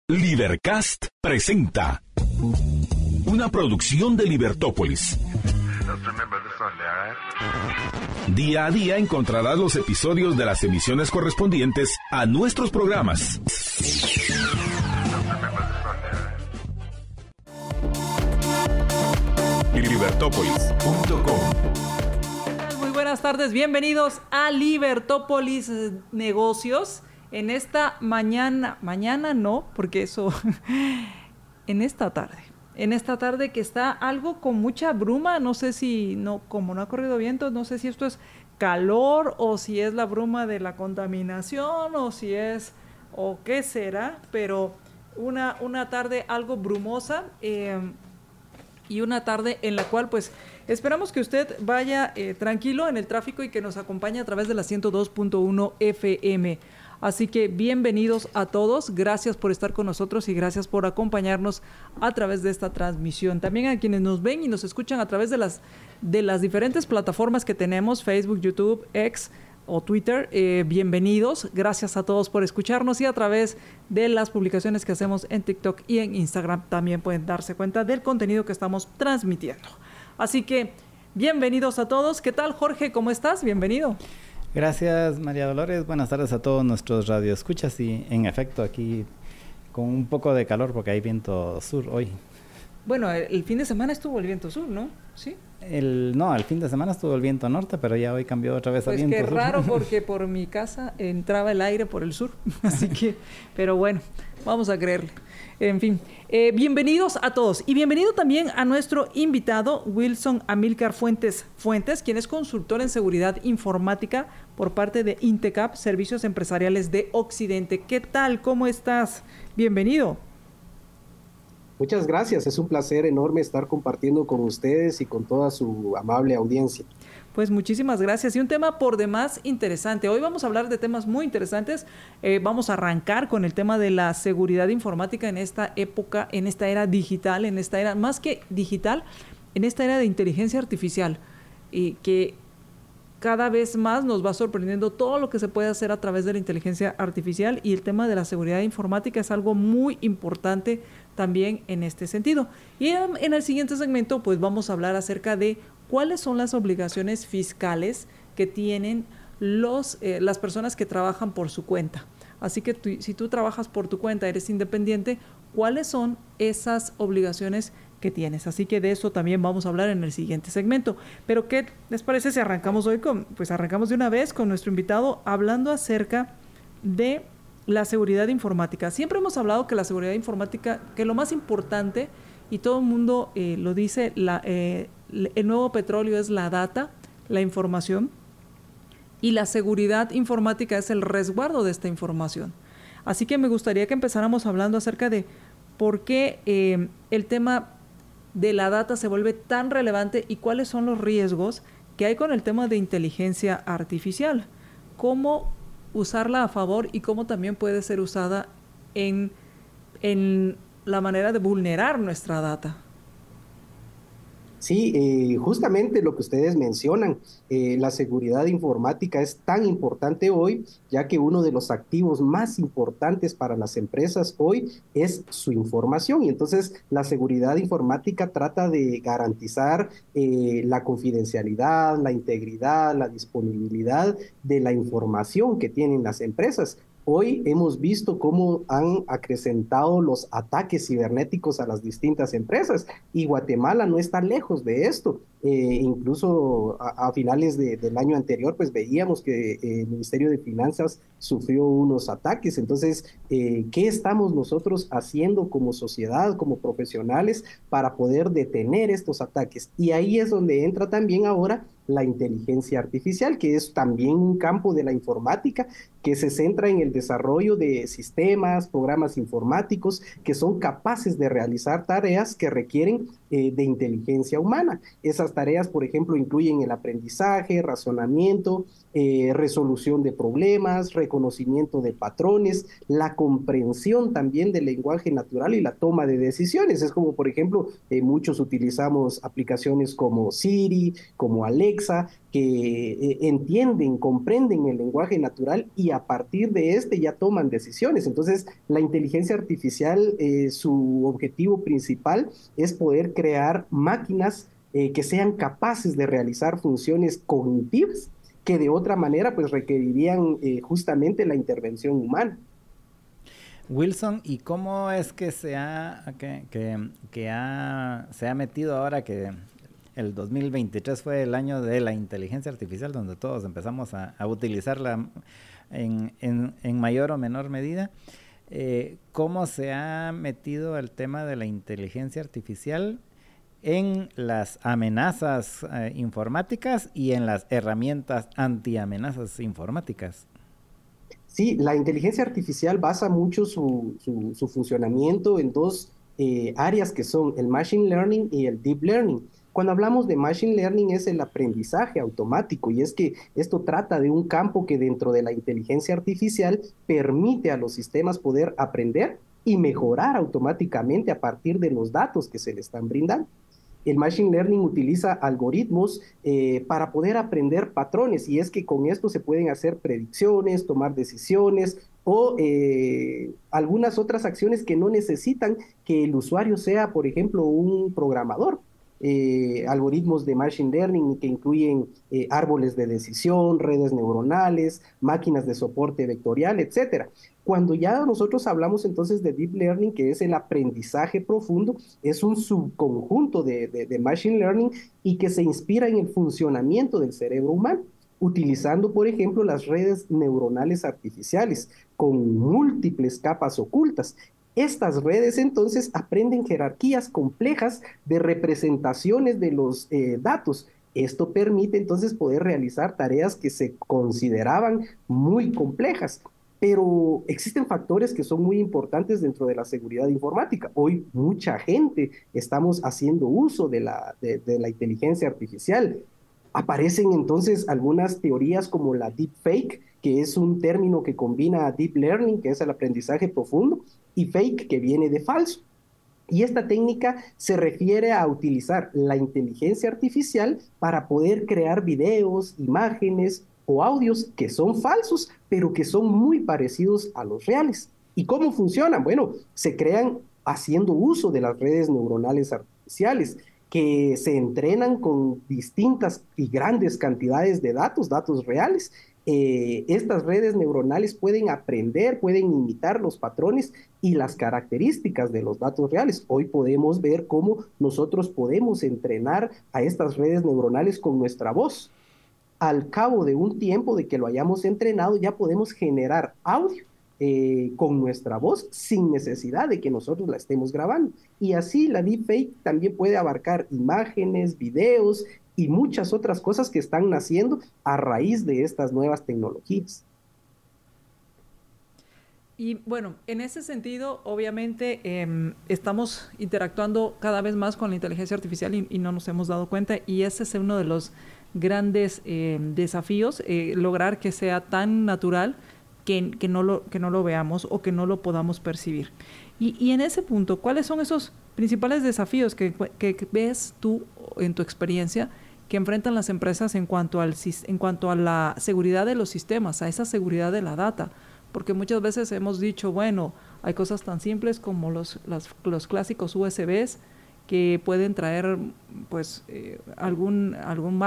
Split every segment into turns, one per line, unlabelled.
Libercast presenta una producción de Libertópolis. Día a día encontrarás los episodios de las emisiones correspondientes a nuestros programas. Libertópolis.com.
Muy buenas tardes, bienvenidos a Libertópolis Negocios. En esta mañana no, porque eso, en esta tarde que está algo con mucha bruma, no sé si, como no ha corrido viento, no sé si esto es calor o si es la bruma de la contaminación o qué será, pero una tarde algo brumosa y una tarde en la cual pues esperamos que usted vaya tranquilo en el tráfico y que nos acompañe a través de la 102.1 FM. Así que bienvenidos a todos, gracias por estar con nosotros y gracias por acompañarnos a través de esta transmisión. También a quienes nos ven y nos escuchan a través de las diferentes plataformas que tenemos, Facebook, YouTube, X o Twitter, bienvenidos, gracias a todos por escucharnos y a través de las publicaciones que hacemos en TikTok y en Instagram también pueden darse cuenta del contenido que estamos transmitiendo. Así que bienvenidos a todos. ¿Qué tal, Jorge? ¿Cómo estás? Bienvenido.
Gracias, María Dolores. Buenas tardes a todos nuestros radioescuchas y en efecto aquí con un poco de calor porque hay viento sur hoy.
Bueno, el fin de semana estuvo el viento sur, ¿no? ¿Sí?
El fin de semana estuvo el viento norte, pero ya hoy cambió otra vez a viento sur.
Pues qué raro porque por mi casa entraba el aire por el sur, así que, pero bueno, vamos a creerle. En fin, bienvenidos a todos y bienvenido también a nuestro invitado Wilson Amílcar Fuentes, quien es consultor en seguridad informática por parte de Intecap, Servicios Empresariales de Occidente. ¿Qué tal? ¿Cómo estás? Bienvenido.
Muchas gracias, es un placer enorme estar compartiendo con ustedes y con toda su amable audiencia.
Pues muchísimas gracias y un tema por demás interesante. Hoy vamos a hablar de temas muy interesantes. Vamos a arrancar con el tema de la seguridad informática en esta época, en esta era digital, en esta era más que digital, en esta era de inteligencia artificial y que cada vez más nos va sorprendiendo todo lo que se puede hacer a través de la inteligencia artificial y el tema de la seguridad informática es algo muy importante también en este sentido. Y en el siguiente segmento pues vamos a hablar acerca de cuáles son las obligaciones fiscales que tienen las personas que trabajan por su cuenta. Así que si tú trabajas por tu cuenta, eres independiente, ¿cuáles son esas obligaciones que tienes? Así que de eso también vamos a hablar en el siguiente segmento. Pero ¿qué les parece si arrancamos hoy arrancamos de una vez con nuestro invitado hablando acerca de la seguridad informática? Siempre hemos hablado que la seguridad informática, que lo más importante, y todo el mundo lo dice, el nuevo petróleo es la data, la información, y la seguridad informática es el resguardo de esta información. Así que me gustaría que empezáramos hablando acerca de por qué el tema de la data se vuelve tan relevante y cuáles son los riesgos que hay con el tema de inteligencia artificial. Cómo usarla a favor y cómo también puede ser usada en la manera de vulnerar nuestra data.
Sí, justamente lo que ustedes mencionan, la seguridad informática es tan importante hoy, ya que uno de los activos más importantes para las empresas hoy es su información. Y entonces la seguridad informática trata de garantizar la confidencialidad, la integridad, la disponibilidad de la información que tienen las empresas. Hoy hemos visto cómo han acrecentado los ataques cibernéticos a las distintas empresas y Guatemala no está lejos de esto. Incluso a finales del año anterior, pues veíamos que el Ministerio de Finanzas sufrió unos ataques. Entonces, ¿qué estamos nosotros haciendo como sociedad, como profesionales, para poder detener estos ataques? Y ahí es donde entra también ahora la inteligencia artificial, que es también un campo de la informática que se centra en el desarrollo de sistemas, programas informáticos que son capaces de realizar tareas que requieren de inteligencia humana. Esas tareas, por ejemplo, incluyen el aprendizaje, razonamiento, resolución de problemas, reconocimiento de patrones, la comprensión también del lenguaje natural y la toma de decisiones. Es como, por ejemplo, muchos utilizamos aplicaciones como Siri, como Alexa, que entienden, comprenden el lenguaje natural y a partir de este ya toman decisiones. Entonces, la inteligencia artificial, su objetivo principal es poder crear máquinas que sean capaces de realizar funciones cognitivas que de otra manera pues requerirían justamente la intervención humana.
Wilson, ¿y cómo es que se ha metido ahora que el 2023 fue el año de la inteligencia artificial, donde todos empezamos a utilizarla en mayor o menor medida? ¿Cómo se ha metido el tema de la inteligencia artificial en las amenazas informáticas y en las herramientas anti-amenazas informáticas?
Sí, la inteligencia artificial basa mucho su funcionamiento en dos áreas que son el machine learning y el deep learning. Cuando hablamos de machine learning es el aprendizaje automático, y es que esto trata de un campo que dentro de la inteligencia artificial permite a los sistemas poder aprender y mejorar automáticamente a partir de los datos que se le están brindando. El Machine Learning utiliza algoritmos para poder aprender patrones, y es que con esto se pueden hacer predicciones, tomar decisiones o algunas otras acciones que no necesitan que el usuario sea, por ejemplo, un programador. Algoritmos de Machine Learning que incluyen árboles de decisión, redes neuronales, máquinas de soporte vectorial, etcétera. Cuando ya nosotros hablamos entonces de Deep Learning, que es el aprendizaje profundo, es un subconjunto de Machine Learning y que se inspira en el funcionamiento del cerebro humano, utilizando, por ejemplo, las redes neuronales artificiales con múltiples capas ocultas. Estas redes entonces aprenden jerarquías complejas de representaciones de los datos. Esto permite entonces poder realizar tareas que se consideraban muy complejas. Pero existen factores que son muy importantes dentro de la seguridad informática. Hoy mucha gente estamos haciendo uso de la inteligencia artificial. Aparecen entonces algunas teorías como la deepfake, que es un término que combina deep learning, que es el aprendizaje profundo, y fake, que viene de falso. Y esta técnica se refiere a utilizar la inteligencia artificial para poder crear videos, imágenes o audios que son falsos, pero que son muy parecidos a los reales. ¿Y cómo funcionan? Bueno, se crean haciendo uso de las redes neuronales artificiales, que se entrenan con distintas y grandes cantidades de datos reales. Estas redes neuronales pueden aprender, pueden imitar los patrones y las características de los datos reales. Hoy podemos ver cómo nosotros podemos entrenar a estas redes neuronales con nuestra voz. Al cabo de un tiempo de que lo hayamos entrenado, ya podemos generar audio con nuestra voz sin necesidad de que nosotros la estemos grabando. Y así la deepfake también puede abarcar imágenes, videos y muchas otras cosas que están naciendo a raíz de estas nuevas tecnologías.
Y bueno, en ese sentido, obviamente, estamos interactuando cada vez más con la inteligencia artificial y no nos hemos dado cuenta, y ese es uno de los grandes desafíos, lograr que sea tan natural que no lo veamos o que no lo podamos percibir. Y en ese punto, ¿cuáles son esos principales desafíos que ves tú en tu experiencia que enfrentan las empresas en cuanto a la seguridad de los sistemas, a esa seguridad de la data? Porque muchas veces hemos dicho, bueno, hay cosas tan simples como los clásicos USBs que pueden traer pues algún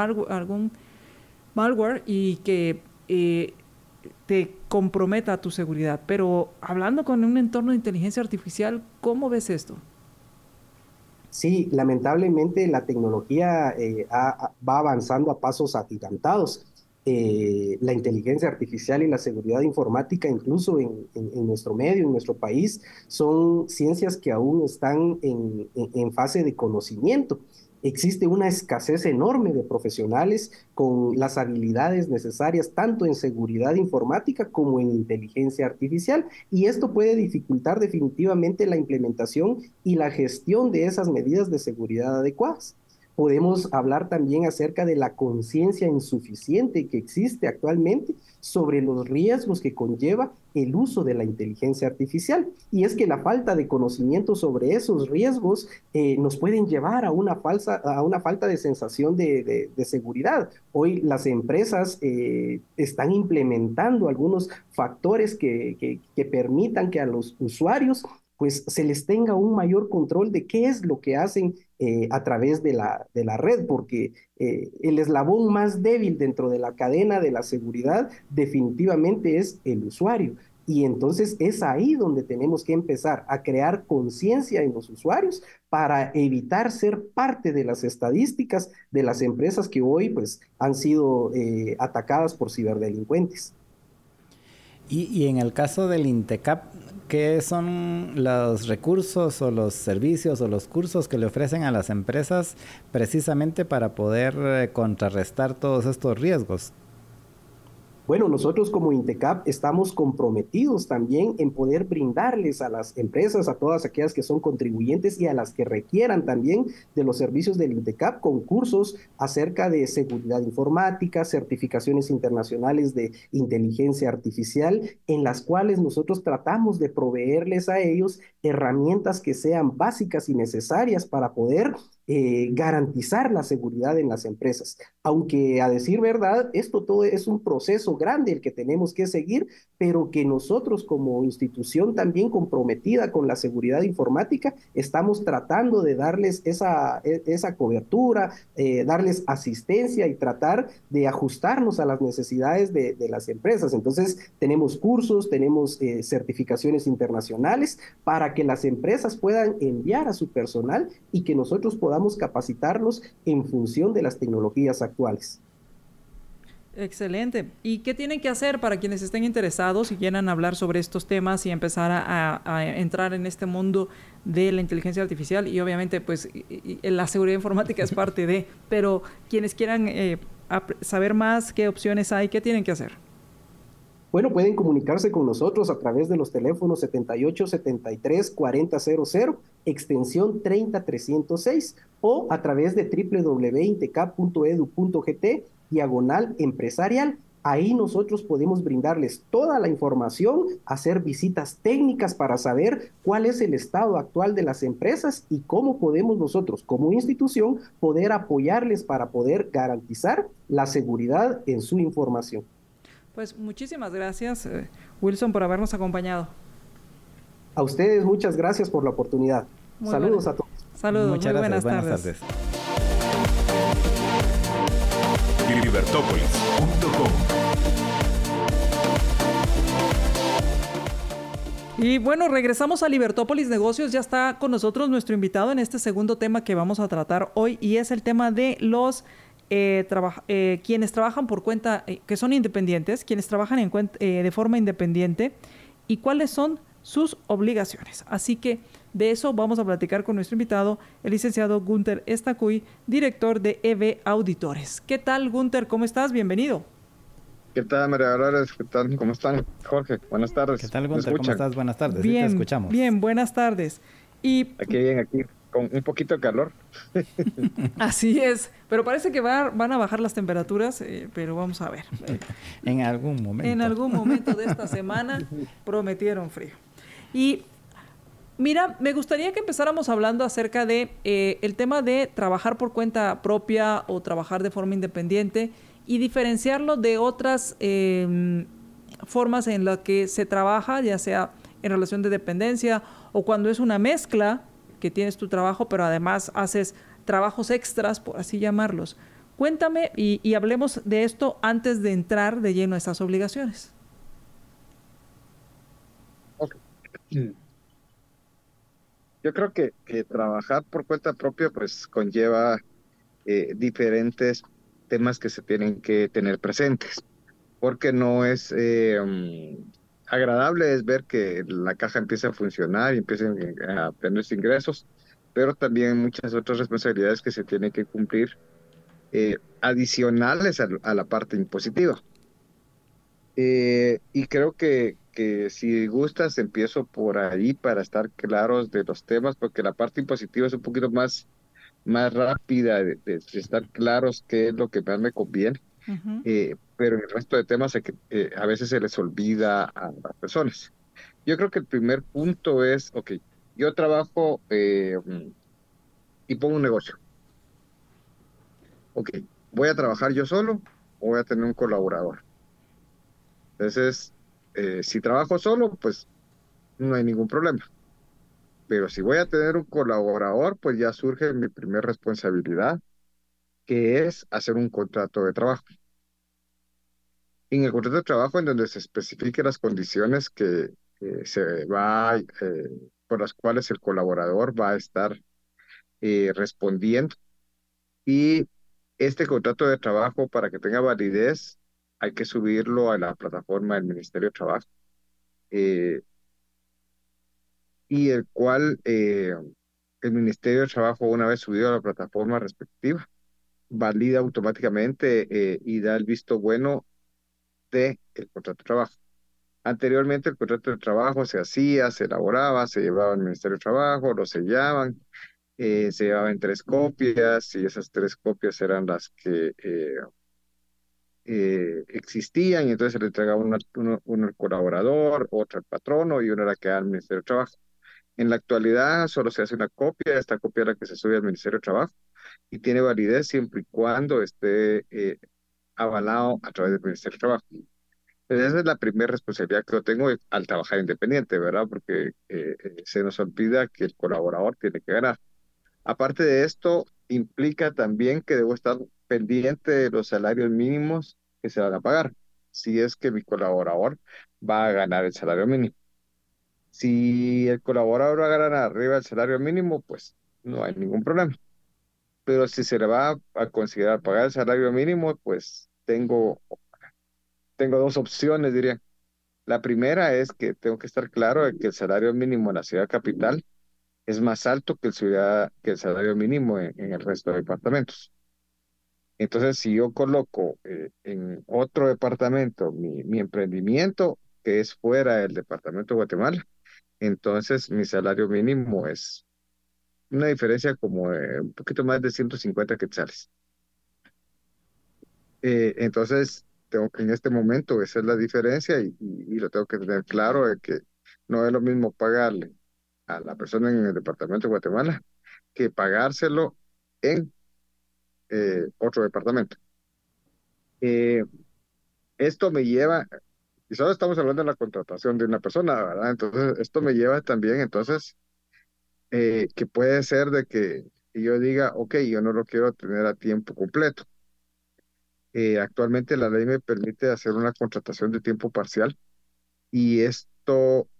malware y que te comprometa tu seguridad. Pero hablando con un entorno de inteligencia artificial, ¿cómo ves esto?
Sí, lamentablemente la tecnología va avanzando a pasos agigantados. La inteligencia artificial y la seguridad informática, incluso en nuestro medio, en nuestro país, son ciencias que aún están en fase de conocimiento. Existe una escasez enorme de profesionales con las habilidades necesarias tanto en seguridad informática como en inteligencia artificial, y esto puede dificultar definitivamente la implementación y la gestión de esas medidas de seguridad adecuadas. Podemos hablar también acerca de la conciencia insuficiente que existe actualmente sobre los riesgos que conlleva el uso de la inteligencia artificial. Y es que la falta de conocimiento sobre esos riesgos nos pueden llevar a una falta de sensación de seguridad. Hoy las empresas están implementando algunos factores que permitan que a los usuarios pues se les tenga un mayor control de qué es lo que hacen a través de la red, porque el eslabón más débil dentro de la cadena de la seguridad definitivamente es el usuario. Y entonces es ahí donde tenemos que empezar a crear conciencia en los usuarios para evitar ser parte de las estadísticas de las empresas que hoy pues, han sido atacadas por ciberdelincuentes.
Y en el caso del INTECAP, ¿qué son los recursos o los servicios o los cursos que le ofrecen a las empresas precisamente para poder contrarrestar todos estos riesgos?
Bueno, nosotros como INTECAP estamos comprometidos también en poder brindarles a las empresas, a todas aquellas que son contribuyentes y a las que requieran también de los servicios del INTECAP, concursos acerca de seguridad informática, certificaciones internacionales de inteligencia artificial, en las cuales nosotros tratamos de proveerles a ellos herramientas que sean básicas y necesarias para poder garantizar la seguridad en las empresas. Aunque a decir verdad, esto todo es un proceso grande el que tenemos que seguir, pero que nosotros como institución también comprometida con la seguridad informática, estamos tratando de darles esa cobertura, darles asistencia y tratar de ajustarnos a las necesidades de las empresas. Entonces, tenemos cursos, tenemos certificaciones internacionales para que las empresas puedan enviar a su personal y que nosotros podamos capacitarlos en función de las tecnologías actuales.
Excelente. ¿Y qué tienen que hacer para quienes estén interesados y quieran hablar sobre estos temas y empezar a entrar en este mundo de la inteligencia artificial? Y obviamente, pues, la seguridad informática es parte de, pero quienes quieran saber más, qué opciones hay, ¿qué tienen que hacer?
Bueno, pueden comunicarse con nosotros a través de los teléfonos 7873-4000, extensión 30306, o a través de www.intecap.edu.gt/empresarial. Ahí nosotros podemos brindarles toda la información, hacer visitas técnicas para saber cuál es el estado actual de las empresas y cómo podemos nosotros, como institución, poder apoyarles para poder garantizar la seguridad en su información.
Pues muchísimas gracias, Wilson, por habernos acompañado.
A ustedes muchas gracias por la oportunidad. Saludos a todos.
Saludos,
muchas
muy
gracias.
buenas tardes.
Libertópolis.com.
Y bueno, regresamos a Libertópolis Negocios. Ya está con nosotros nuestro invitado en este segundo tema que vamos a tratar hoy, y es el tema de los quienes trabajan por cuenta, que son independientes, quienes trabajan de forma independiente, y cuáles son sus obligaciones. Así que de eso vamos a platicar con nuestro invitado, el licenciado Gunter Estacuy, director de EB Auditores. ¿Qué tal, Gunter? ¿Cómo estás? Bienvenido.
¿Qué tal, María Dolores? ¿Qué tal? ¿Cómo están? Jorge, buenas tardes.
¿Qué tal, Gunter? ¿Cómo estás? Buenas tardes.
Bien,
sí, te escuchamos.
Bien, buenas tardes. Y
aquí, con un poquito de calor.
Así es, pero parece que van a bajar las temperaturas, pero vamos a ver.
En algún momento.
En algún momento de esta semana prometieron frío. Y mira, me gustaría que empezáramos hablando acerca de el tema de trabajar por cuenta propia o trabajar de forma independiente y diferenciarlo de otras formas en las que se trabaja, ya sea en relación de dependencia o cuando es una mezcla, que tienes tu trabajo, pero además haces trabajos extras, por así llamarlos. Cuéntame y hablemos de esto antes de entrar de lleno a esas obligaciones.
Okay. Yo creo que trabajar por cuenta propia pues conlleva diferentes temas que se tienen que tener presentes, porque no es agradable es ver que la caja empieza a funcionar y empiezan a tener ingresos, pero también muchas otras responsabilidades que se tienen que cumplir adicionales a la parte impositiva. Y creo que si gustas empiezo por ahí para estar claros de los temas, porque la parte impositiva es un poquito más más rápida de estar claros qué es lo que más me conviene.
Ujú.
Pero en el resto de temas a veces se les olvida a las personas. Yo creo que el primer punto es, ok, yo trabajo y pongo un negocio. Ok, ¿voy a trabajar yo solo o voy a tener un colaborador? Entonces, si trabajo solo, pues no hay ningún problema. Pero si voy a tener un colaborador, pues ya surge mi primera responsabilidad, que es hacer un contrato de trabajo. En el contrato de trabajo, en donde se especifiquen las condiciones por las cuales el colaborador va a estar respondiendo. Y este contrato de trabajo, para que tenga validez, hay que subirlo a la plataforma del Ministerio de Trabajo, eh, y el cual el Ministerio de Trabajo, una vez subido a la plataforma respectiva, valida automáticamente y da el visto bueno de el contrato de trabajo. Anteriormente el contrato de trabajo se hacía, se elaboraba, se llevaba al Ministerio de Trabajo, lo sellaban, se llevaban 3 copias y esas 3 copias eran las que existían, y entonces se le entregaba uno al colaborador, otra al patrono y una era que da al Ministerio de Trabajo. En la actualidad solo se hace una copia, esta copia es la que se sube al Ministerio de Trabajo y tiene validez siempre y cuando esté avalado a través del Ministerio de Trabajo. Entonces, esa es la primera responsabilidad que yo tengo al trabajar independiente, ¿verdad? Porque se nos olvida que el colaborador tiene que ganar. Aparte de esto, implica también que debo estar pendiente de los salarios mínimos que se van a pagar, si es que mi colaborador va a ganar el salario mínimo. Si el colaborador va a ganar arriba del salario mínimo, pues no hay ningún problema. Pero si se le va a considerar pagar el salario mínimo, pues tengo 2 opciones, diría. La primera es que tengo que estar claro de que el salario mínimo en la ciudad capital es más alto que el salario mínimo en el resto de departamentos. Entonces, si yo coloco en otro departamento mi emprendimiento, que es fuera del departamento de Guatemala, entonces mi salario mínimo es una diferencia como de un poquito más de 150 quetzales. Entonces, en este momento esa es la diferencia y lo tengo que tener claro de que no es lo mismo pagarle a la persona en el departamento de Guatemala que pagárselo en otro departamento. Eh, Esto me lleva, y solo estamos hablando de la contratación de una persona, ¿verdad? Entonces, esto me lleva también, entonces, que puede ser de que yo diga, ok, yo no lo quiero tener a tiempo completo. Actualmente la ley me permite hacer una contratación de tiempo parcial y esto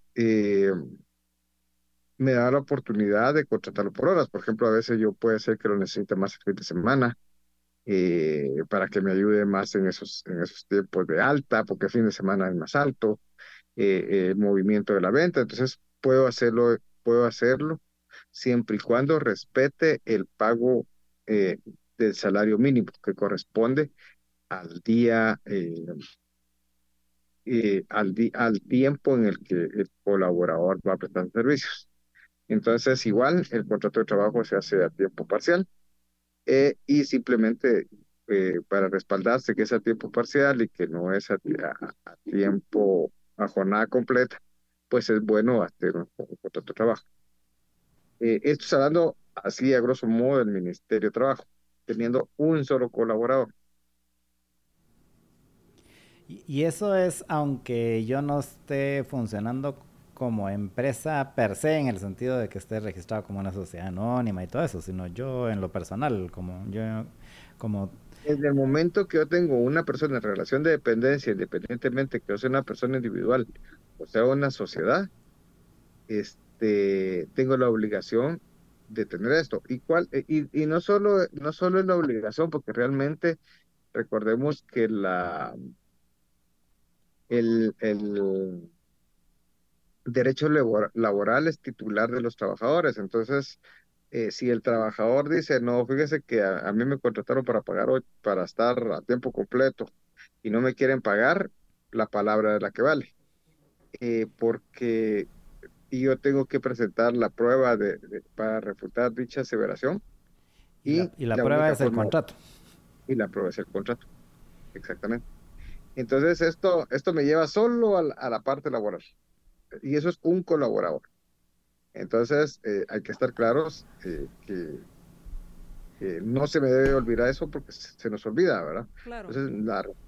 me da la oportunidad de contratarlo por horas. Por ejemplo, a veces yo puede ser que lo necesite más el fin de semana para que me ayude más en esos tiempos de alta, porque el fin de semana es más alto, el movimiento de la venta. Entonces, puedo hacerlo siempre y cuando respete el pago del salario mínimo que corresponde al día, al tiempo en el que el colaborador va a prestar servicios. Entonces, igual, el contrato de trabajo se hace a tiempo parcial y simplemente para respaldarse que es a tiempo parcial y que no es a tiempo, a jornada completa, pues es bueno hacer un contrato de trabajo. Esto está hablando así a grosso modo del Ministerio de Trabajo, teniendo un solo colaborador.
Y eso es aunque yo no esté funcionando como empresa per se, en el sentido de que esté registrado como una sociedad anónima y todo eso, sino yo en lo personal, como
Desde el momento que yo tengo una persona en relación de dependencia, independientemente que yo sea una persona individual o sea una sociedad, tengo la obligación de tener esto. Y no solo es la obligación, porque realmente recordemos que el derecho laboral es titular de los trabajadores. Entonces, si el trabajador dice, no, fíjese que a mí me contrataron para pagar hoy, para estar a tiempo completo y no me quieren pagar, la palabra es la que vale. Porque yo tengo que presentar la prueba para refutar dicha aseveración
Y la prueba es el contrato.
Y la prueba es el contrato, exactamente. Entonces esto me lleva solo a la parte laboral. Y eso es un colaborador. Entonces hay que estar claros que no se me debe olvidar eso porque se nos olvida, ¿verdad?
Claro.
Entonces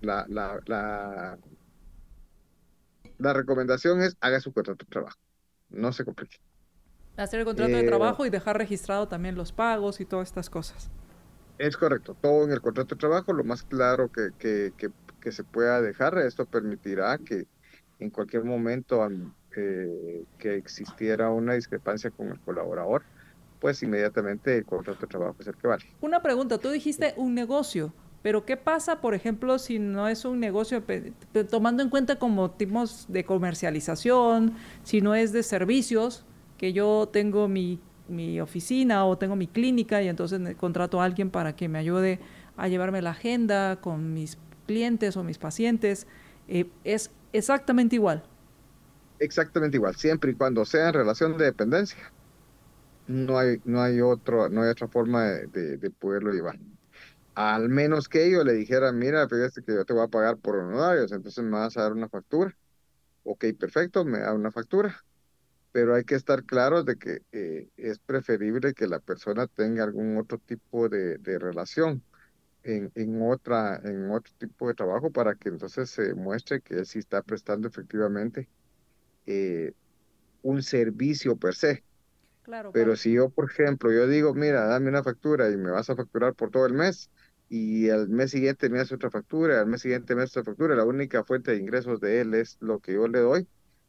la recomendación es haga su contrato de trabajo. No se complique.
Hacer el contrato de trabajo y dejar registrado también los pagos y todas estas cosas.
Es correcto, todo en el contrato de trabajo, lo más claro que se pueda dejar. Esto permitirá que en cualquier momento que existiera una discrepancia con el colaborador, pues inmediatamente el contrato de trabajo es el que vale.
Una pregunta, tú dijiste un negocio, pero ¿qué pasa, por ejemplo, si no es un negocio, tomando en cuenta como tipos de comercialización, si no es de servicios, que yo tengo mi oficina o tengo mi clínica y entonces contrato a alguien para que me ayude a llevarme la agenda con mis clientes o mis pacientes, es exactamente igual?
Exactamente igual, siempre y cuando sea en relación de dependencia. No hay otra forma de poderlo llevar. Al menos que ellos le dijeran, mira, fíjate que yo te voy a pagar por honorarios, entonces me vas a dar una factura. Ok, perfecto, me da una factura. Pero hay que estar claros de que es preferible que la persona tenga algún otro tipo de relación en otro tipo de trabajo para que entonces se muestre que él sí está prestando efectivamente un servicio per se.
Claro,
Pero si yo, por ejemplo, yo digo, mira, dame una factura y me vas a facturar por todo el mes, y al mes siguiente me hace otra factura, al mes siguiente me hace otra factura, la única fuente de ingresos de él es lo que yo le doy,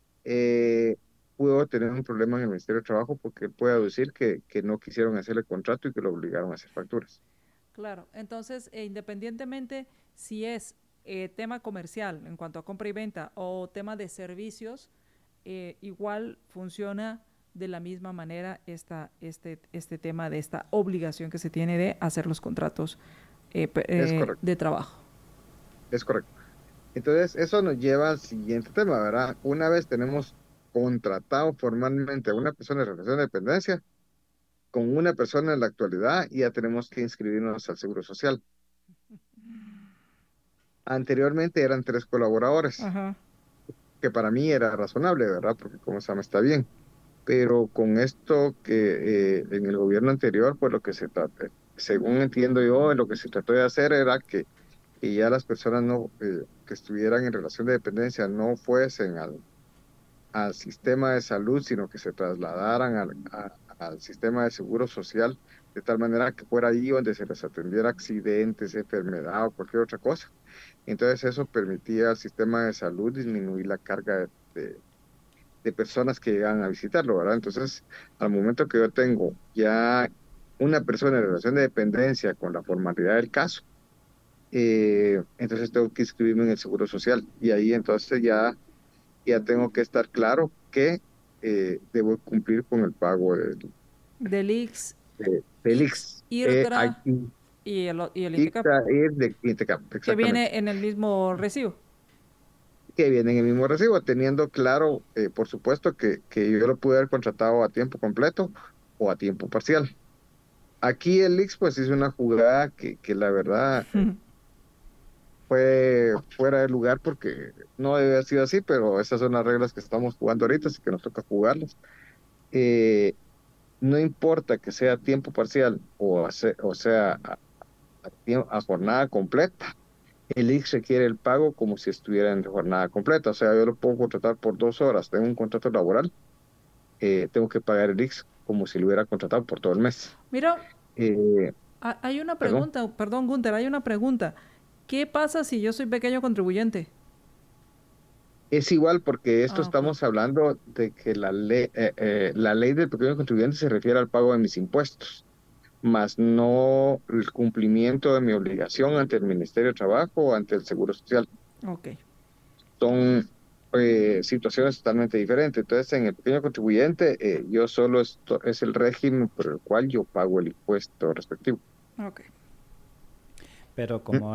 puedo tener un problema en el Ministerio de Trabajo porque él puede aducir que no quisieron hacerle contrato y que lo obligaron a hacer facturas.
Claro, entonces independientemente si es tema comercial en cuanto a compra y venta o tema de servicios, igual funciona de la misma manera este tema de esta obligación que se tiene de hacer los contratos de trabajo.
Es correcto. Entonces, eso nos lleva al siguiente tema, ¿verdad? Una vez tenemos contratado formalmente a una persona en relación de dependencia, con una persona en la actualidad, ya tenemos que inscribirnos al Seguro Social. Anteriormente eran 3 colaboradores,
Ajá.
que para mí era razonable, ¿verdad? Porque como se llama, está bien. Pero con esto que en el gobierno anterior, pues lo que se trata, según entiendo yo, lo que se trató de hacer era que ya las personas que estuvieran en relación de dependencia no fuesen al sistema de salud, sino que se trasladaran al sistema de seguro social, de tal manera que fuera ahí donde se les atendiera accidentes, enfermedad o cualquier otra cosa. Entonces eso permitía al sistema de salud disminuir la carga de personas que llegan a visitarlo, ¿verdad? Entonces, al momento que yo tengo ya una persona en relación de dependencia con la formalidad del caso, entonces tengo que inscribirme en el Seguro Social y ahí entonces ya tengo que estar claro que debo cumplir con el pago
del IX,
del IX,
IRTRA y el INTECAP, que viene en el mismo recibo.
Que viene en el mismo recibo, teniendo claro, por supuesto, que yo lo pude haber contratado a tiempo completo o a tiempo parcial. Aquí el IX pues hizo una jugada que la verdad fue fuera de lugar porque no debe haber sido así, pero esas son las reglas que estamos jugando ahorita, así que nos toca jugarlas. No importa que sea a tiempo parcial o sea a jornada completa, el IX requiere el pago como si estuviera en jornada completa. O sea, yo lo puedo contratar por 2 horas, tengo un contrato laboral, tengo que pagar el IX como si lo hubiera contratado por todo el mes.
Mira, hay una pregunta, perdón Gunther, hay una pregunta. ¿Qué pasa si yo soy pequeño contribuyente?
Es igual porque estamos hablando de que la ley del pequeño contribuyente se refiere al pago de mis impuestos, más no el cumplimiento de mi obligación ante el Ministerio de Trabajo o ante el Seguro Social.
Okay.
Son situaciones totalmente diferentes. Entonces, en el pequeño contribuyente, yo solo es el régimen por el cual yo pago el impuesto respectivo.
Okay.
Pero como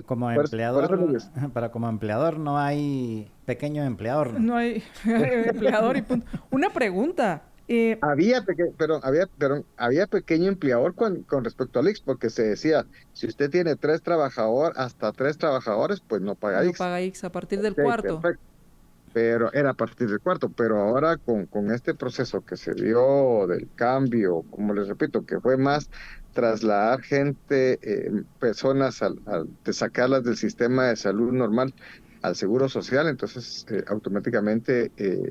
empleador no hay pequeño empleador.
No hay empleador y punto. Una pregunta.
había pequeño empleador con respecto al IX, porque se decía, si usted tiene hasta tres trabajadores, pues no paga
No
IX.
paga IX a partir del cuarto.
Perfecto. Pero era a partir del cuarto, pero ahora con este proceso que se dio del cambio, como les repito, que fue más trasladar gente, personas, de sacarlas del sistema de salud normal al seguro social, entonces automáticamente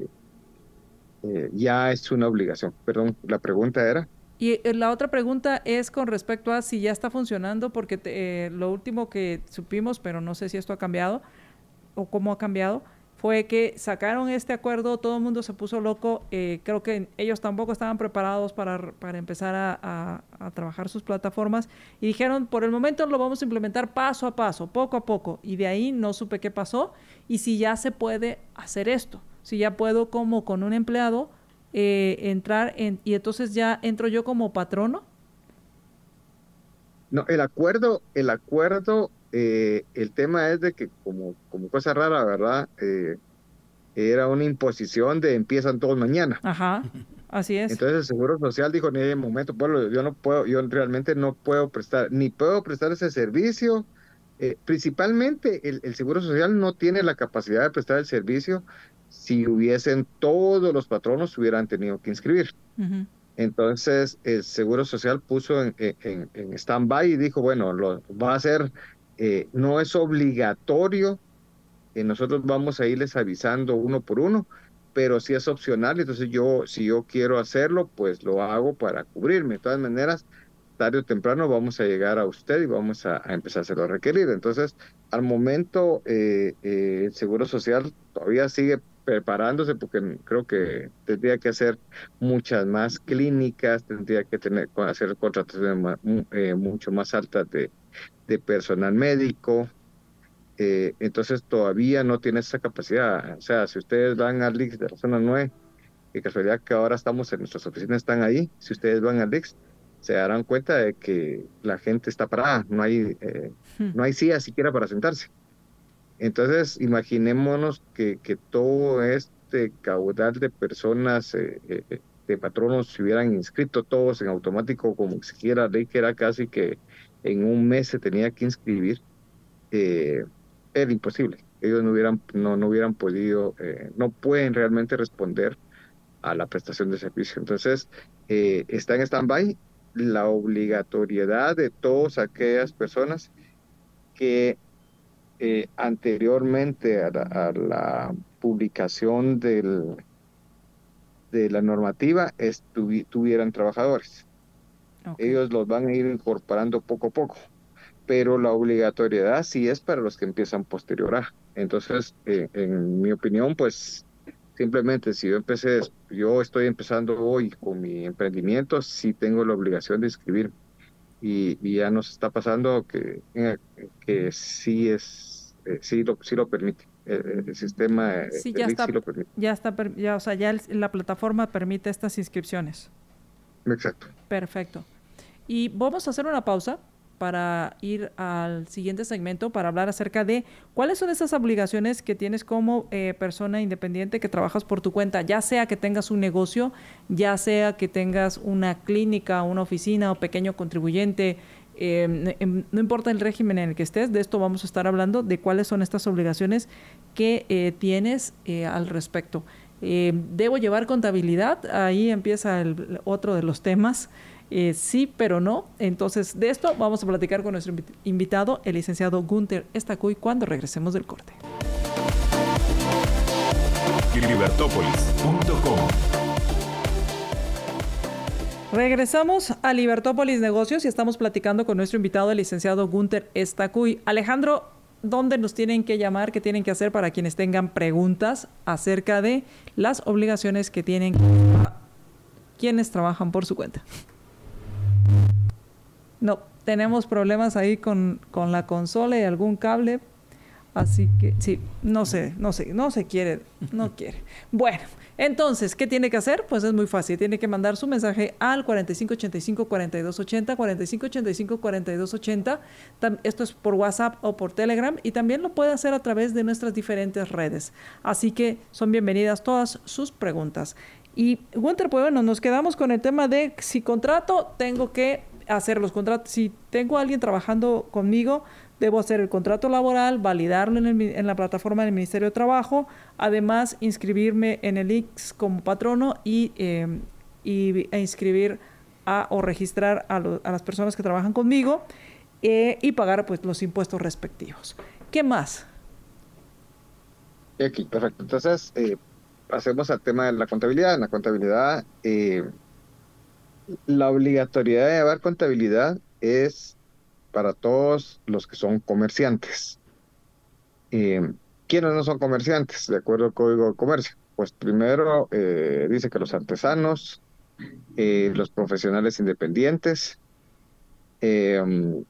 ya es una obligación. Perdón, la pregunta era.
Y la otra pregunta es con respecto a si ya está funcionando, porque lo último que supimos, pero no sé si esto ha cambiado o cómo ha cambiado, fue que sacaron este acuerdo, todo el mundo se puso loco, creo que ellos tampoco estaban preparados para empezar a trabajar sus plataformas y dijeron, por el momento lo vamos a implementar paso a paso, poco a poco, y de ahí no supe qué pasó y si ya se puede hacer esto, si ya puedo como con un empleado entrar y entonces ya entro yo como patrono.
No, el acuerdo, el tema es de que como cosa rara, ¿verdad? Era una imposición de empiezan todos mañana.
Ajá, así es.
Entonces el Seguro Social dijo, en ese momento, bueno, yo realmente no puedo prestar ese servicio. Principalmente el Seguro Social no tiene la capacidad de prestar el servicio si todos los patronos hubieran tenido que inscribir.
Uh-huh.
Entonces el Seguro Social puso en stand-by y dijo, bueno, va a ser, no es obligatorio, nosotros vamos a irles avisando uno por uno, pero sí es opcional, entonces si yo quiero hacerlo, pues lo hago para cubrirme. De todas maneras, tarde o temprano vamos a llegar a usted y vamos a empezar a hacerlo requerir. Entonces, al momento, el Seguro Social todavía sigue preparándose porque creo que tendría que hacer muchas más clínicas, tendría que hacer contrataciones mucho más altas de personal médico. Entonces todavía no tiene esa capacidad. O sea, si ustedes van al IX de la zona 9, de casualidad que ahora nuestras oficinas están ahí, si ustedes van al IX, se darán cuenta de que la gente está parada, no hay silla siquiera para sentarse. Entonces, imaginémonos que todo este caudal de personas, de patronos, se hubieran inscrito todos en automático, como exigiera la ley, que era casi que en un mes se tenía que inscribir. Era imposible. Ellos no hubieran podido, no pueden realmente responder a la prestación de servicio. Entonces, está en stand-by la obligatoriedad de todas aquellas personas que anteriormente a la publicación de la normativa tuvieran trabajadores. Okay. Ellos los van a ir incorporando poco a poco, pero la obligatoriedad sí es para los que empiezan posterior a. Entonces, en mi opinión, pues simplemente si yo estoy empezando hoy con mi emprendimiento, sí tengo la obligación de inscribirme. Y ya nos está pasando que sí lo permite. El sistema
sí, ya está,
sí lo permite.
O sea, ya la plataforma permite estas inscripciones.
Exacto.
Perfecto. Y vamos a hacer una pausa para ir al siguiente segmento para hablar acerca de cuáles son esas obligaciones que tienes como persona independiente que trabajas por tu cuenta, ya sea que tengas un negocio, ya sea que tengas una clínica, una oficina o pequeño contribuyente, no importa el régimen en el que estés, de esto vamos a estar hablando, de cuáles son estas obligaciones que tienes al respecto. ¿Debo llevar contabilidad? Ahí empieza otro de los temas. Sí, pero no. Entonces, de esto vamos a platicar con nuestro invitado, el licenciado Gunter Estacuy, cuando regresemos del corte.
Libertópolis.com.
Regresamos a Libertópolis Negocios y estamos platicando con nuestro invitado, el licenciado Gunter Estacuy. Alejandro, ¿dónde nos tienen que llamar? ¿Qué tienen que hacer para quienes tengan preguntas acerca de las obligaciones que tienen quienes trabajan por su cuenta? No, tenemos problemas ahí con la consola y algún cable, así que sí, no quiere. Bueno, entonces, ¿qué tiene que hacer? Pues es muy fácil, tiene que mandar su mensaje al 4585-4280, 4585-4280, esto es por WhatsApp o por Telegram, y también lo puede hacer a través de nuestras diferentes redes, así que son bienvenidas todas sus preguntas. Y Gunter, pues bueno, nos quedamos con el tema de si contrato, tengo que hacer los contratos. Si tengo a alguien trabajando conmigo, debo hacer el contrato laboral, validarlo en la plataforma del Ministerio de Trabajo, además inscribirme en el IX como patrono e inscribir o registrar a las personas que trabajan conmigo y pagar pues los impuestos respectivos. ¿Qué más?
Aquí, perfecto. Entonces, pasemos al tema de la contabilidad. En la contabilidad, la obligatoriedad de llevar contabilidad es para todos los que son comerciantes. ¿Quiénes no son comerciantes? De acuerdo al Código de Comercio. Pues primero dice que los artesanos, los profesionales independientes y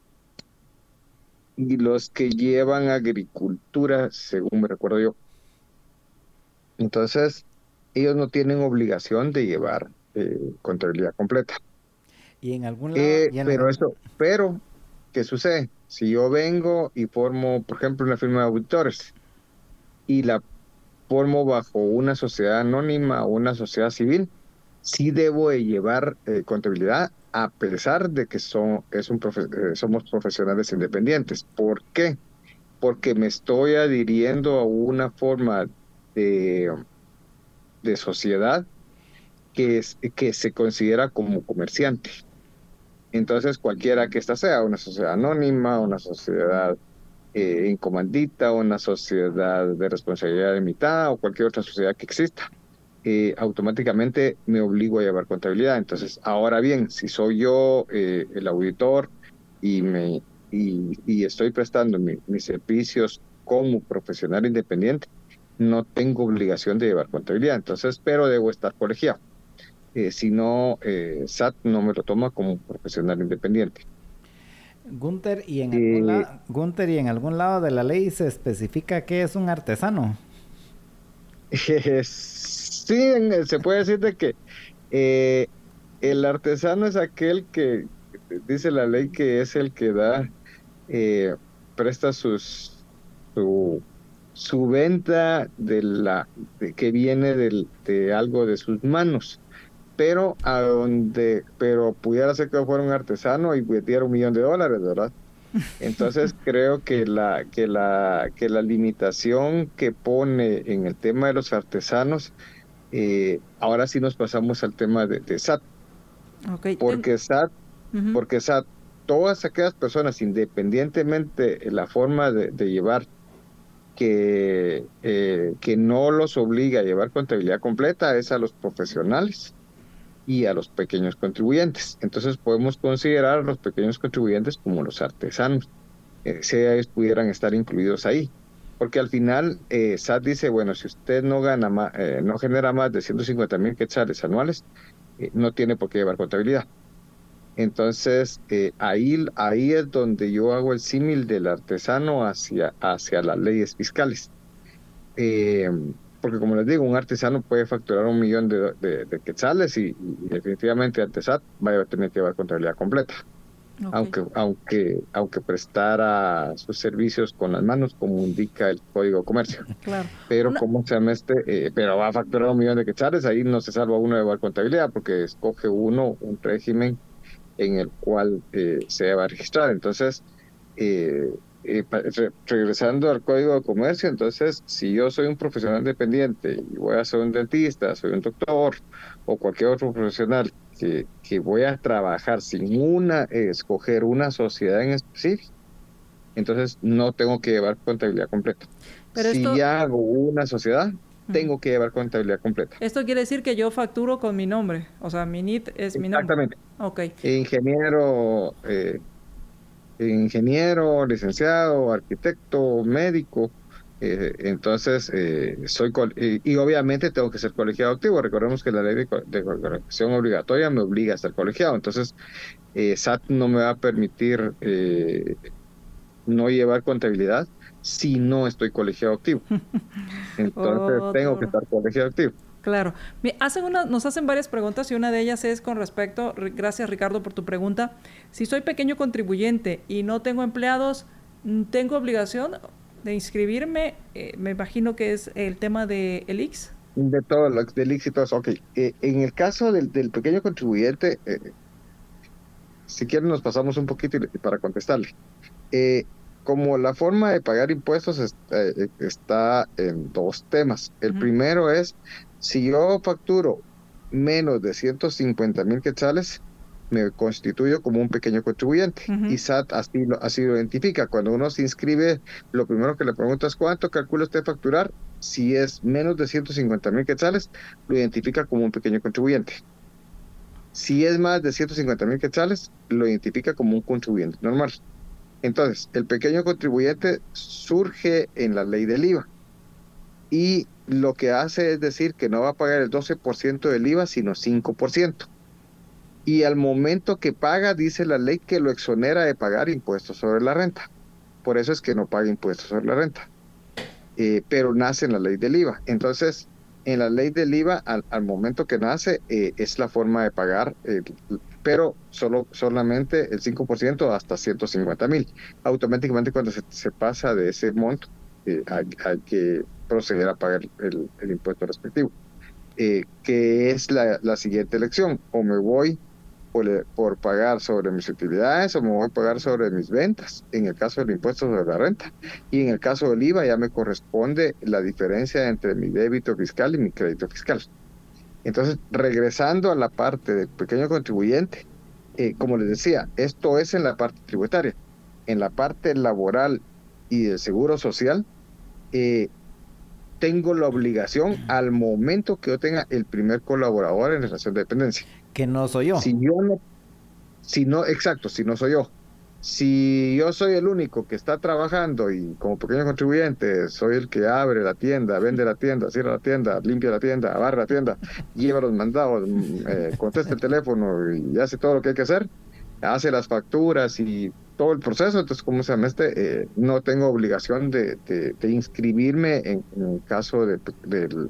los que llevan agricultura, según me recuerdo yo. Entonces, ellos no tienen obligación de llevar contabilidad completa.
Y en algún lado...
Pero, ¿qué sucede? Si yo vengo y formo, por ejemplo, una firma de auditores y la formo bajo una sociedad anónima o una sociedad civil, sí debo de llevar contabilidad a pesar de que somos profesionales independientes. ¿Por qué? Porque me estoy adhiriendo a una forma de sociedad que se considera como comerciante. Entonces, cualquiera que ésta sea, una sociedad anónima, una sociedad en comandita, una sociedad de responsabilidad limitada o cualquier otra sociedad que exista, automáticamente me obligo a llevar contabilidad. Entonces, ahora bien, si soy yo el auditor y estoy prestando mis servicios como profesional independiente, no tengo obligación de llevar contabilidad. Entonces, pero debo estar colegiado. Si no, SAT no me lo toma como profesional independiente.
Gunter, ¿y en algún lado de la ley se especifica qué es un artesano?
Sí, se puede decir de que el artesano es aquel que, dice la ley, que es el que presta su venta que viene de algo de sus manos. Pero pudiera ser que fuera un artesano y metiera $1 millón, ¿verdad? Entonces creo que la limitación que pone en el tema de los artesanos, ahora sí nos pasamos al tema de SAT.
Okay.
Porque SAT, todas aquellas personas, independientemente de la forma de llevar, que no los obliga a llevar contabilidad completa, es a los profesionales y a los pequeños contribuyentes. Entonces podemos considerar a los pequeños contribuyentes como los artesanos, si ellos pudieran estar incluidos ahí, porque al final SAT dice, bueno, si usted no genera más de 150,000 quetzales anuales, no tiene por qué llevar contabilidad. Entonces ahí es donde yo hago el símil del artesano hacia las leyes fiscales. Porque como les digo, un artesano puede facturar $1 millón de quetzales y definitivamente ante SAT va a tener que llevar contabilidad completa. Okay. Aunque prestara sus servicios con las manos, como indica el Código de Comercio. Claro. Pero pero va a facturar $1 millón de quetzales, ahí no se salva uno de llevar contabilidad, porque escoge uno un régimen en el cual se va a registrar. Entonces, regresando al Código de Comercio, entonces, si yo soy un profesional independiente y voy a ser un dentista, soy un doctor o cualquier otro profesional que voy a trabajar sin escoger una sociedad en específico, entonces no tengo que llevar contabilidad completa. Pero si ya hago una sociedad, tengo que llevar contabilidad completa.
Esto quiere decir que yo facturo con mi nombre, o sea, mi NIT es mi nombre.
Exactamente.
Okay.
Ingeniero, licenciado, arquitecto, médico, entonces y obviamente tengo que ser colegiado activo. Recordemos que la ley de colegiación obligatoria me obliga a ser colegiado, entonces SAT no me va a permitir no llevar contabilidad si no estoy colegiado activo. Entonces tengo que estar colegiado activo.
Claro. Nos hacen varias preguntas y una de ellas es con respecto, gracias Ricardo por tu pregunta, si soy pequeño contribuyente y no tengo empleados, ¿tengo obligación de inscribirme? Me imagino que es el tema de el IX.
De todo lo del éxito. Ok, en el caso del pequeño contribuyente, si quieren nos pasamos un poquito para contestarle. Como la forma de pagar impuestos está en dos temas. El primero es, si yo facturo menos de 150,000 quetzales, me constituyo como un pequeño contribuyente. Y SAT así lo identifica. Cuando uno se inscribe, lo primero que le pregunta es cuánto calcula usted facturar. Si es menos de 150,000 quetzales, lo identifica como un pequeño contribuyente. Si es más de 150,000 quetzales, lo identifica como un contribuyente normal. Entonces, el pequeño contribuyente surge en la ley del IVA y lo que hace es decir que no va a pagar el 12% del IVA, sino 5%. Y al momento que paga, dice la ley que lo exonera de pagar impuestos sobre la renta. Por eso es que no paga impuestos sobre la renta. Pero nace en la ley del IVA. Entonces, en la ley del IVA, al momento que nace, es la forma de pagar, pero solamente el 5% hasta 150,000. Automáticamente cuando se pasa de ese monto, hay que proceder a pagar el impuesto respectivo. Que es la siguiente elección: o me voy por pagar sobre mis utilidades o me voy a pagar sobre mis ventas, en el caso del impuesto sobre la renta. Y en el caso del IVA ya me corresponde la diferencia entre mi débito fiscal y mi crédito fiscal. Entonces, regresando a la parte del pequeño contribuyente, como les decía, esto es en la parte tributaria. En la parte laboral y del seguro social, tengo la obligación al momento que yo tenga el primer colaborador en relación de dependencia.
Que no soy yo.
Si no soy yo. Si yo soy el único que está trabajando y como pequeño contribuyente soy el que abre la tienda, vende la tienda, cierra la tienda, limpia la tienda, barre la tienda, lleva los mandados, contesta el teléfono y hace todo lo que hay que hacer, hace las facturas y todo el proceso, entonces, ¿cómo se llama no tengo obligación de inscribirme en el caso del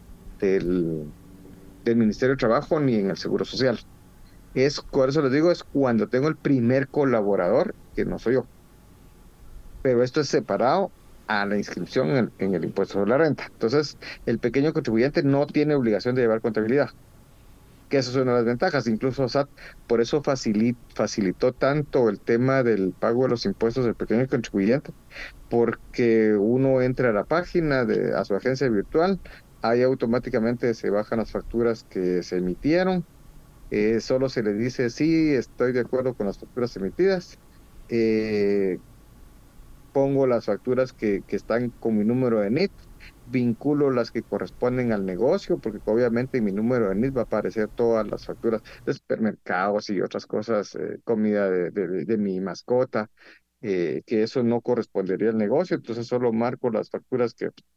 Ministerio de Trabajo ni en el Seguro Social. Por eso les digo, es cuando tengo el primer colaborador, que no soy yo. Pero esto es separado a la inscripción en el impuesto sobre la renta. Entonces, el pequeño contribuyente no tiene obligación de llevar contabilidad. Que eso es una de las ventajas. Incluso SAT, por eso facilitó tanto el tema del pago de los impuestos del pequeño contribuyente, porque uno entra a la página a su agencia virtual, ahí automáticamente se bajan las facturas que se emitieron, solo se le dice sí, estoy de acuerdo con las facturas emitidas, pongo las facturas que están con mi número de NIT, vinculo las que corresponden al negocio, porque obviamente en mi número de NIT va a aparecer todas las facturas de supermercados y otras cosas, comida de mi mascota, que eso no correspondería al negocio, entonces solo marco las facturas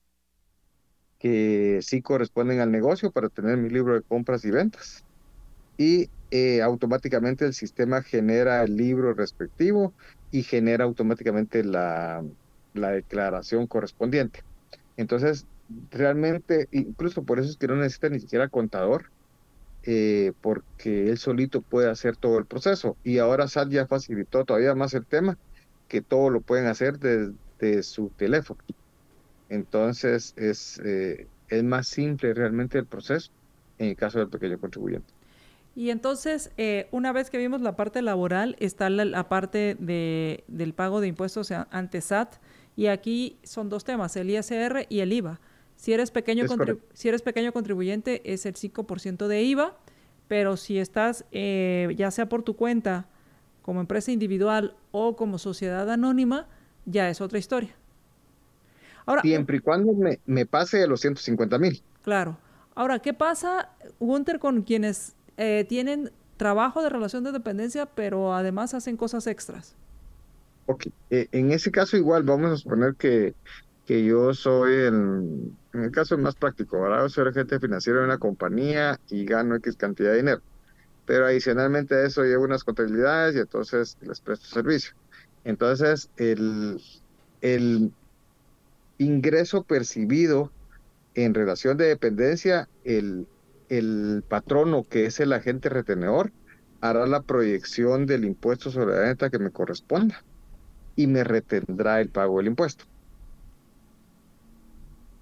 que sí corresponden al negocio para tener mi libro de compras y ventas. Y automáticamente el sistema genera el libro respectivo y genera automáticamente la declaración correspondiente. Entonces, realmente, incluso por eso es que no necesita ni siquiera contador, porque él solito puede hacer todo el proceso. Y ahora SAT ya facilitó todavía más el tema, que todo lo pueden hacer desde su teléfono. Entonces, es más simple realmente el proceso en el caso del pequeño contribuyente.
Y entonces, una vez que vimos la parte laboral, está la parte del pago de impuestos ante SAT, y aquí son dos temas, el ISR y el IVA. Si eres pequeño contribuyente, es el 5% de IVA, pero si estás, ya sea por tu cuenta, como empresa individual o como sociedad anónima, ya es otra historia.
Ahora, siempre y cuando me pase de los 150,000.
Claro. Ahora, ¿qué pasa, Gunter, con quienes tienen trabajo de relación de dependencia, pero además hacen cosas extras?
Ok, en ese caso igual vamos a suponer que yo soy, en el caso más práctico, ¿verdad? Yo soy agente financiero de una compañía y gano X cantidad de dinero, pero adicionalmente a eso llevo unas contabilidades y entonces les presto servicio. Entonces, el ingreso percibido en relación de dependencia, el patrono, que es el agente retenedor, hará la proyección del impuesto sobre la renta que me corresponda y me retendrá el pago del impuesto.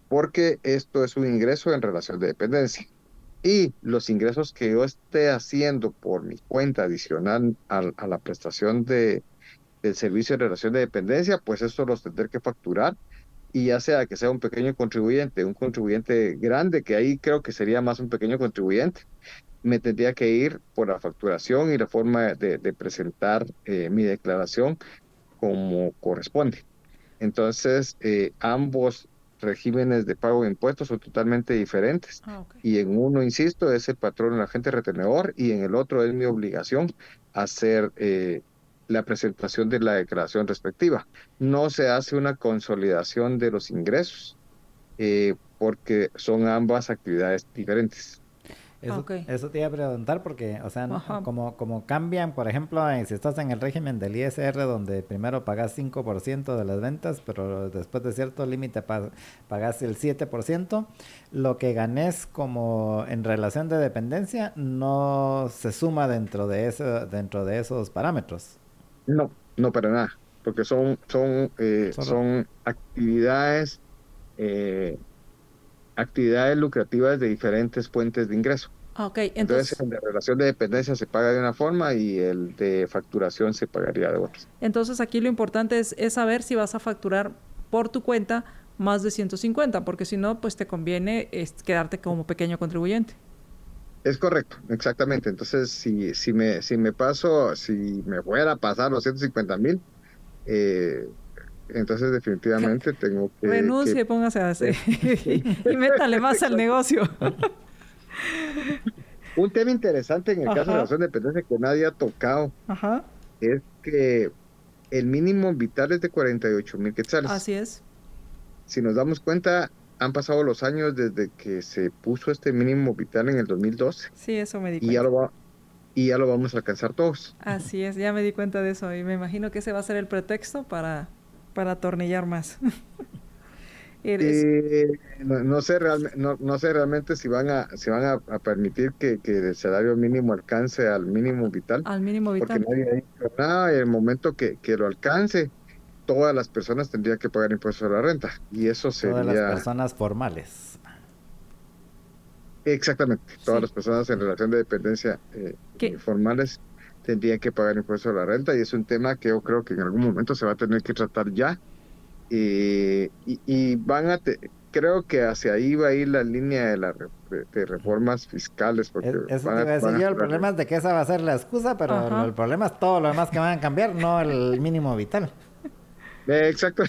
porque esto es un ingreso en relación de dependencia. Y los ingresos que yo esté haciendo por mi cuenta adicional a la prestación del servicio de relación de dependencia, pues eso los tendré que facturar. Y ya sea que sea un contribuyente grande, que ahí creo que sería más un pequeño contribuyente, me tendría que ir por la facturación y la forma de presentar mi declaración como corresponde. Entonces, ambos regímenes de pago de impuestos son totalmente diferentes.
Okay.
Y en uno, insisto, es el patrón, el agente retenedor, y en el otro es mi obligación hacer la presentación de la declaración respectiva. No se hace una consolidación de los ingresos porque son ambas actividades diferentes.
Eso te iba a preguntar porque, o sea, como cambian, por ejemplo, si estás en el régimen del ISR donde primero pagas 5% de las ventas, pero después de cierto límite pagas el 7%, lo que ganes como en relación de dependencia no se suma dentro de esos parámetros.
No para nada, porque son actividades lucrativas de diferentes fuentes de ingreso.
Okay,
entonces el de relación de dependencia se paga de una forma y el de facturación se pagaría de otra.
Entonces aquí lo importante es saber si vas a facturar por tu cuenta más de 150, porque si no, pues te conviene quedarte como pequeño contribuyente.
Es correcto, exactamente. Entonces, si me fuera a pasar los 150,000, entonces definitivamente tengo que...
Renuncie, póngase a hacer y métale más al negocio.
Un tema interesante en el caso de relación de dependencia que nadie ha tocado es que el mínimo vital es de 48,000 quetzales.
Así es.
Si nos damos cuenta, han pasado los años desde que se puso este mínimo vital en el 2012.
Sí, eso me di cuenta.
Y ya lo vamos a alcanzar todos.
Así es, ya me di cuenta de eso y me imagino que ese va a ser el pretexto para atornillar más.
No sé realmente si van a permitir que el salario mínimo alcance al mínimo vital.
Al mínimo vital.
Porque nadie ha dicho nada, y en el momento que lo alcance, todas las personas tendrían que pagar impuestos a la renta. Y eso sería...
Todas las personas formales.
Exactamente. Todas las personas en relación de dependencia formales tendrían que pagar impuestos a la renta, y es un tema que yo creo que en algún momento se va a tener que tratar ya. Y creo que hacia ahí va a ir la línea de reformas fiscales, porque
eso te iba a decir yo. El problema es de que esa va a ser la excusa, pero el problema es todo lo demás que van a cambiar, no el mínimo vital.
Exacto.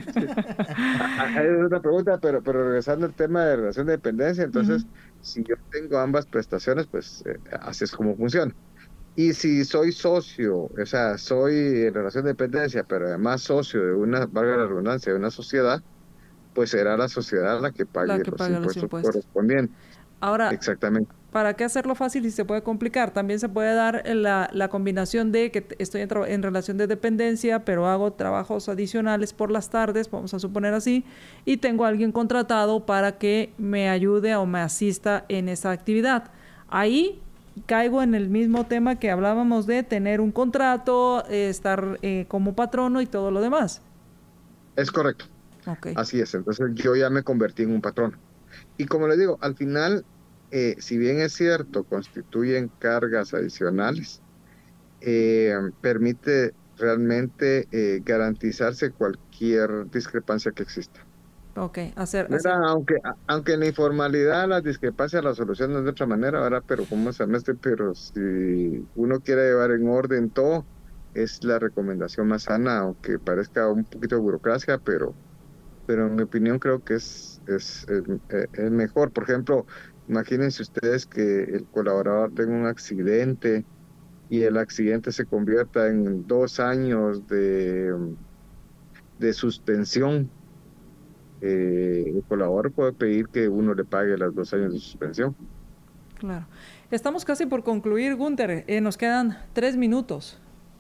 Es una pregunta, pero regresando al tema de relación de dependencia, entonces, si yo tengo ambas prestaciones, pues así es como funciona. Y si soy socio, o sea, soy en relación de dependencia, pero además socio de valga la redundancia, de una sociedad, pues será la sociedad la que pague los impuestos correspondientes.
Ahora,
exactamente.
¿Para qué hacerlo fácil si se puede complicar? También se puede dar la combinación de que estoy en relación de dependencia, pero hago trabajos adicionales por las tardes, vamos a suponer así, y tengo a alguien contratado para que me ayude o me asista en esa actividad. Ahí caigo en el mismo tema que hablábamos de tener un contrato, estar como patrono y todo lo demás.
Es correcto.
Okay.
Así es. Entonces yo ya me convertí en un patrono. Y como les digo, al final, si bien es cierto, constituyen cargas adicionales, permite realmente garantizarse cualquier discrepancia que exista.
Okay,
aunque en la informalidad las discrepancias las solucionan de otra manera, ¿verdad? Pero pero si uno quiere llevar en orden todo, es la recomendación más sana, aunque parezca un poquito de burocracia, pero en mi opinión creo que es mejor. Por ejemplo, imagínense ustedes que el colaborador tenga un accidente y el accidente se convierta en 2 años de suspensión. El colaborador puede pedir que uno le pague los 2 años de suspensión.
Claro. Estamos casi por concluir, Gunther. Nos quedan 3 minutos.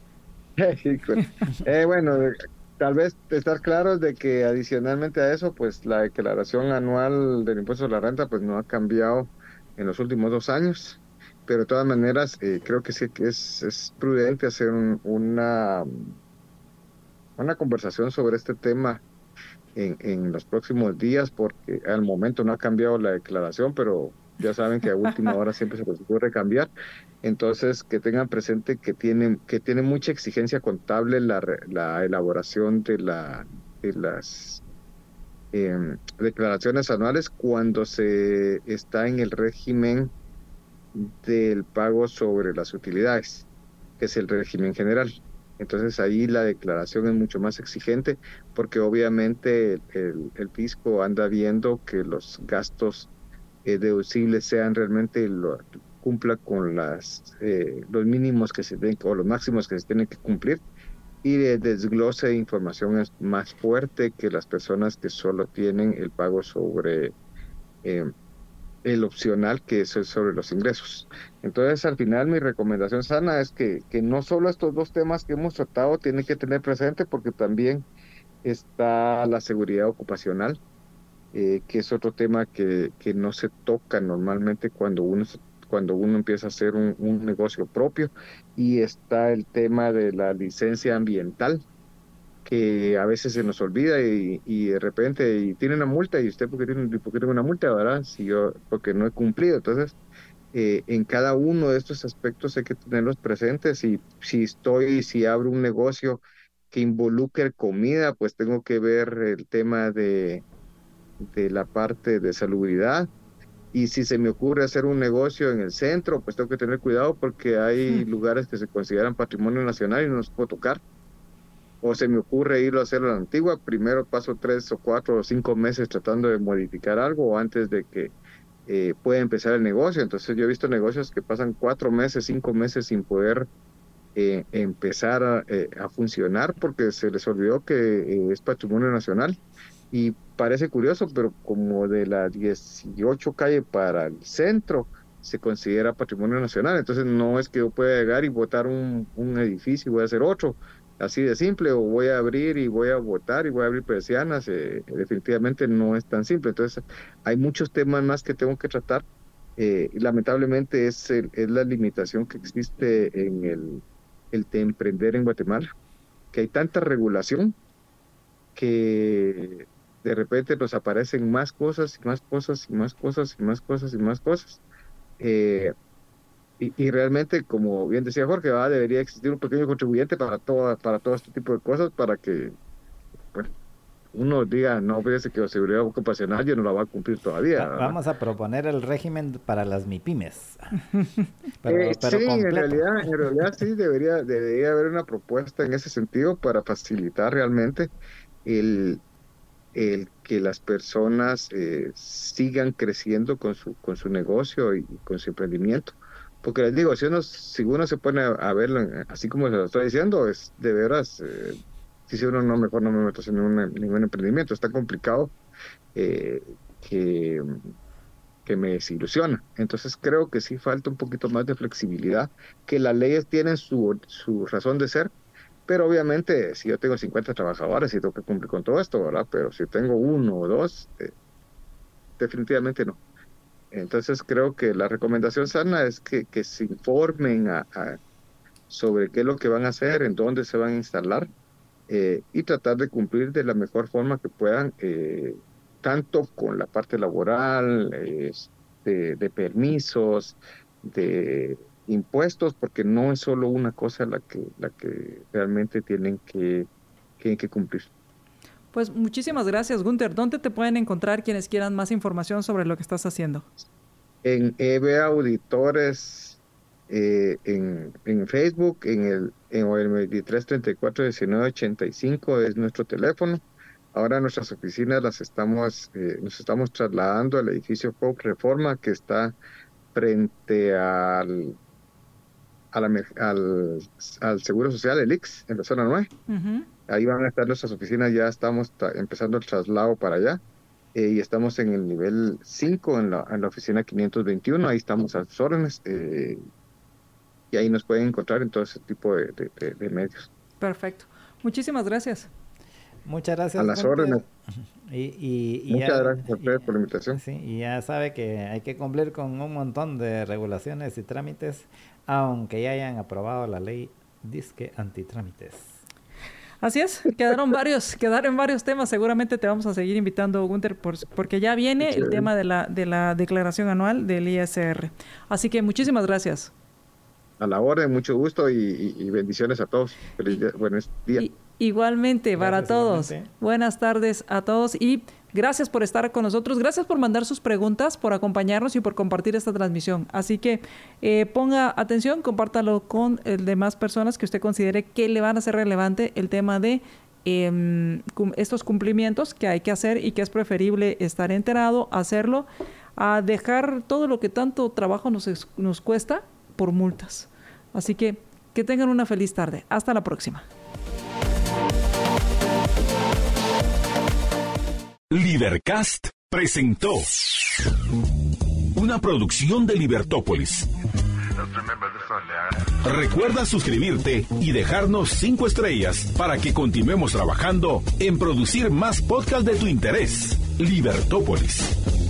Bueno, tal vez estar claros de que adicionalmente a eso, pues la declaración anual del impuesto a la renta pues no ha cambiado en los últimos 2 años, pero de todas maneras creo que sí que es prudente hacer una conversación sobre este tema en los próximos días, porque al momento no ha cambiado la declaración, pero ya saben que a última hora siempre se les ocurre cambiar. Entonces, que tengan presente que tiene mucha exigencia contable la elaboración de las declaraciones anuales cuando se está en el régimen del pago sobre las utilidades, que es el régimen general. Entonces ahí la declaración es mucho más exigente porque obviamente el fisco anda viendo que los gastos deducibles sean realmente cumpla con los mínimos que se tienen o los máximos que se tienen que cumplir, y el desglose de información es más fuerte que las personas que solo tienen el pago sobre el opcional, que eso es sobre los ingresos. Entonces, al final, mi recomendación sana es que no solo estos dos temas que hemos tratado tienen que tener presente, porque también está la seguridad ocupacional, que es otro tema que no se toca normalmente cuando uno empieza a hacer un negocio propio, y está el tema de la licencia ambiental, que a veces se nos olvida y de repente tiene una multa, y usted por qué tiene una multa, ¿verdad? Si yo, porque no he cumplido. Entonces, en cada uno de estos aspectos hay que tenerlos presentes, y si abro un negocio que involucre comida, pues tengo que ver el tema de la parte de salubridad. Y si se me ocurre hacer un negocio en el centro, pues tengo que tener cuidado porque hay lugares que se consideran patrimonio nacional y no los puedo tocar. O se me ocurre irlo a hacer a la antigua, primero paso 3 o 4 o 5 meses tratando de modificar algo antes de que pueda empezar el negocio. Entonces yo he visto negocios que pasan 4 meses, 5 meses sin poder empezar a funcionar porque se les olvidó que es patrimonio nacional. Y parece curioso, pero como de la 18 calle para el centro se considera patrimonio nacional, entonces no es que yo pueda llegar y botar un edificio y voy a hacer otro, así de simple, o voy a abrir y voy a botar y voy a abrir persianas. Definitivamente no es tan simple. Entonces hay muchos temas más que tengo que tratar. Y lamentablemente es la limitación que existe en el de emprender en Guatemala, que hay tanta regulación que de repente nos aparecen más cosas y más cosas y más cosas y más cosas y más cosas. Y realmente, como bien decía Jorge, debería existir un pequeño contribuyente para todo este tipo de cosas, para que, bueno, uno diga, no, fíjese que la seguridad ocupacional yo no la va a cumplir todavía.
Vamos a proponer el régimen para las MIPYMES. pero
sí,
completo.
en realidad sí debería haber una propuesta en ese sentido para facilitar realmente el que las personas sigan creciendo con su negocio y con su emprendimiento. Porque les digo, si uno se pone a verlo así como se lo estoy diciendo, es de veras, si uno mejor no me meto en ningún emprendimiento, está complicado, que me desilusiona. Entonces creo que sí falta un poquito más de flexibilidad, que las leyes tienen su razón de ser, pero obviamente si yo tengo 50 trabajadores y tengo que cumplir con todo esto, ¿verdad? Pero si tengo 1 o 2, definitivamente no. Entonces creo que la recomendación sana es que se informen sobre qué es lo que van a hacer, en dónde se van a instalar, y tratar de cumplir de la mejor forma que puedan, tanto con la parte laboral, de permisos, de impuestos, porque no es solo una cosa la que realmente tienen que cumplir.
Pues muchísimas gracias, Gunther. ¿Dónde te pueden encontrar quienes quieran más información sobre lo que estás haciendo?
En EB Auditores, en Facebook, en el 23 34 19 85 es nuestro teléfono. Ahora nuestras oficinas nos estamos trasladando al edificio Hope Reforma, que está frente al Seguro Social, el IX, en la zona 9.
Uh-huh.
Ahí van a estar nuestras oficinas, ya estamos empezando el traslado para allá, y estamos en el nivel 5, en la oficina 521, ahí estamos a sus órdenes, y ahí nos pueden encontrar en todo ese tipo de medios.
Perfecto. Muchísimas gracias.
Muchas gracias.
A las órdenes.
Muchas
gracias a ustedes por la invitación.
Sí, y ya sabe que hay que cumplir con un montón de regulaciones y trámites, aunque ya hayan aprobado la ley disque antitrámites.
Así es, quedaron varios temas. Seguramente te vamos a seguir invitando, Gunther, porque ya viene el tema de la declaración anual del ISR. Así que muchísimas gracias.
A la orden, mucho gusto y bendiciones a todos. Feliz día, buenos días.
Igualmente, para todos. Buenas tardes a todos y gracias por estar con nosotros. Gracias por mandar sus preguntas, por acompañarnos y por compartir esta transmisión. Así que ponga atención, compártalo con demás personas que usted considere que le van a ser relevante el tema de estos cumplimientos que hay que hacer y que es preferible estar enterado, hacerlo, a dejar todo lo que tanto trabajo nos cuesta por multas. Así que tengan una feliz tarde. Hasta la próxima.
Lidercast presentó una producción de Libertópolis. Recuerda suscribirte y dejarnos 5 estrellas para que continuemos trabajando en producir más podcasts de tu interés. Libertópolis.